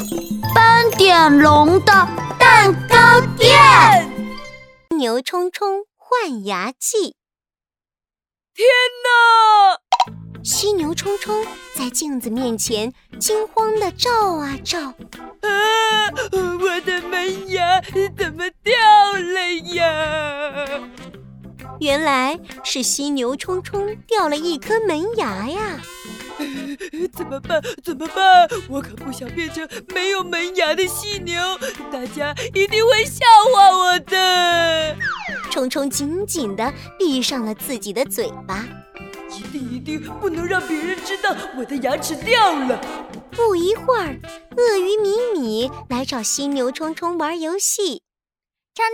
斑点龙的蛋糕店。 牛冲冲换牙记。 天哪！ 犀牛冲冲在镜子面前惊慌地照啊照。 我的门牙怎么掉了呀？ 原来是犀牛冲冲掉了一颗门牙呀！ 怎么办？怎么办？我可不想变成没有门牙的犀牛，大家一定会笑话我的。 冲冲紧紧地闭上了自己的嘴巴， 一定不能让别人知道我的牙齿掉了。 不一会儿，鳄鱼米米来找犀牛冲冲玩游戏。 冲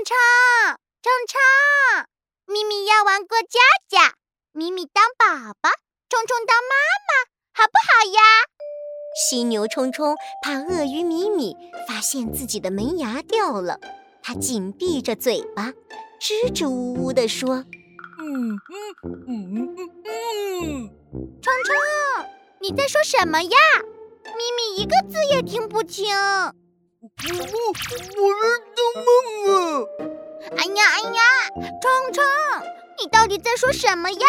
冲，咪咪要玩过家家，咪咪当宝宝，冲冲当妈妈，好不好呀？ 犀牛冲冲怕鳄鱼米米发现自己的门牙掉了，他紧闭着嘴巴，支支吾吾地说： 冲冲，你在说什么呀？咪咪一个字也听不清。 我是当妈妈。 哎呀，冲冲，你到底在说什么呀？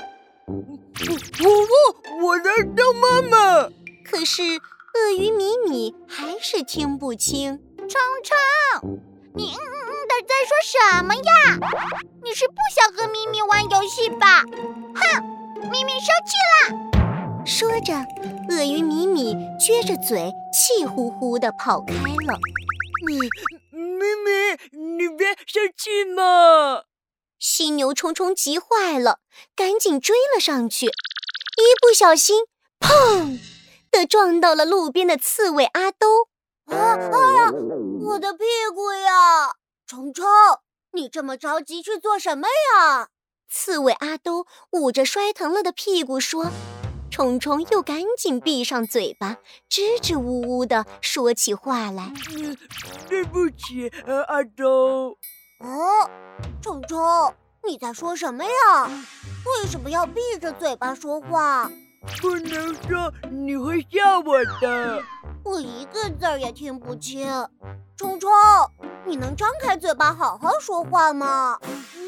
我在当妈妈。 可是鳄鱼米米还是听不清。 冲冲，你在说什么呀？你是不想和咪咪玩游戏吧？哼，咪咪生气了。 说着，鳄鱼米米撅着嘴，气呼呼地跑开了。 咪咪，你别生气嘛！ 犀牛冲冲急坏了，赶紧追了上去，一不小心，砰地撞到了路边的刺猬阿兜。 我的屁股呀！冲冲，你这么着急去做什么呀？ 刺猬阿兜捂着摔疼了的屁股说。冲冲又赶紧闭上嘴巴，支支吾吾地说起话来。 对不起，阿兜。 冲冲，你在说什么呀？为什么要闭着嘴巴说话？ 不能说，你会笑我的。 我一个字儿也听不清。冲冲，你能张开嘴巴好好说话吗？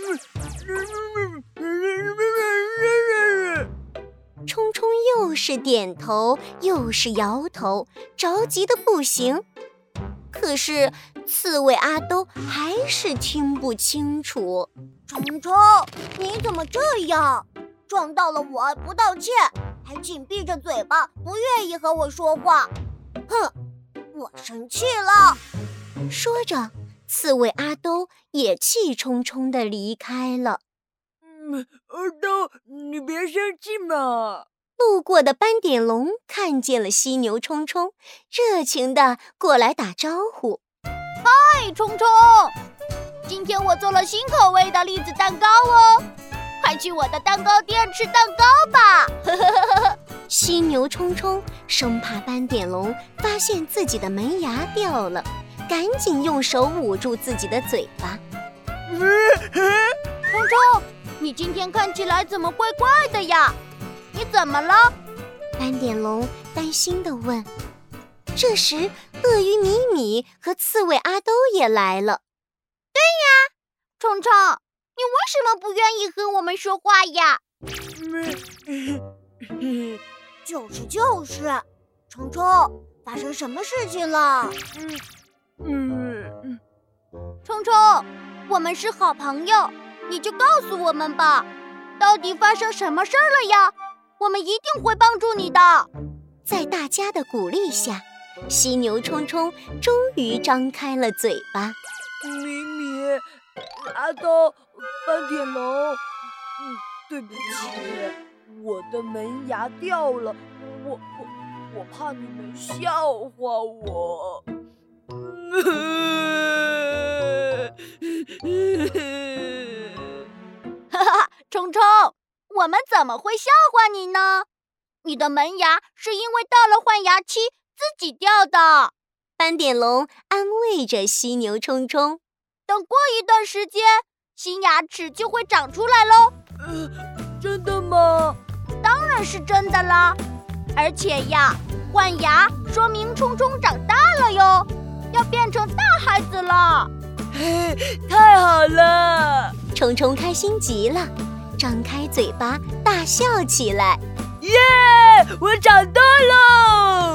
冲冲又是点头又是摇头，着急得不行。可是刺猬阿兜还是听不清楚。 冲冲，你怎么这样？撞到了我不道歉，还紧闭着嘴巴，不愿意和我说话。哼，我生气了。 说着，刺猬阿兜也气冲冲地离开了。 阿兜，你别生气嘛。 路过的斑点龙看见了犀牛冲冲，热情地过来打招呼。 嗨，冲冲，今天我做了新口味的栗子蛋糕哦，快去我的蛋糕店吃蛋糕吧。 犀牛冲冲生怕斑点龙发现自己的门牙掉了，赶紧用手捂住自己的嘴巴。 冲冲，你今天看起来怎么怪怪的呀？你怎么了？ 斑点龙担心地问。这时，鳄鱼米米和刺猬阿兜也来了。 对呀，冲冲，你为什么不愿意和我们说话呀？就是，冲冲，发生什么事情了？冲冲，我们是好朋友，你就告诉我们吧，到底发生什么事儿了呀？我们一定会帮助你的。 在大家的鼓励下，犀牛冲冲终于张开了嘴巴。 米米，阿兜，斑点龙，对不起，我的门牙掉了，我怕你们笑话我。 冲冲，我们怎么会笑话你呢？你的门牙是因为到了换牙期自己掉的。 斑点龙安慰着犀牛冲冲。 等过一段时间，新牙齿就会长出来咯。 真的吗？ 当然是真的啦！而且呀，换牙说明冲冲长大了哟，要变成大孩子了。 嘿，太好了！ 虫虫开心极了，张开嘴巴大笑起来。 耶！我长大了！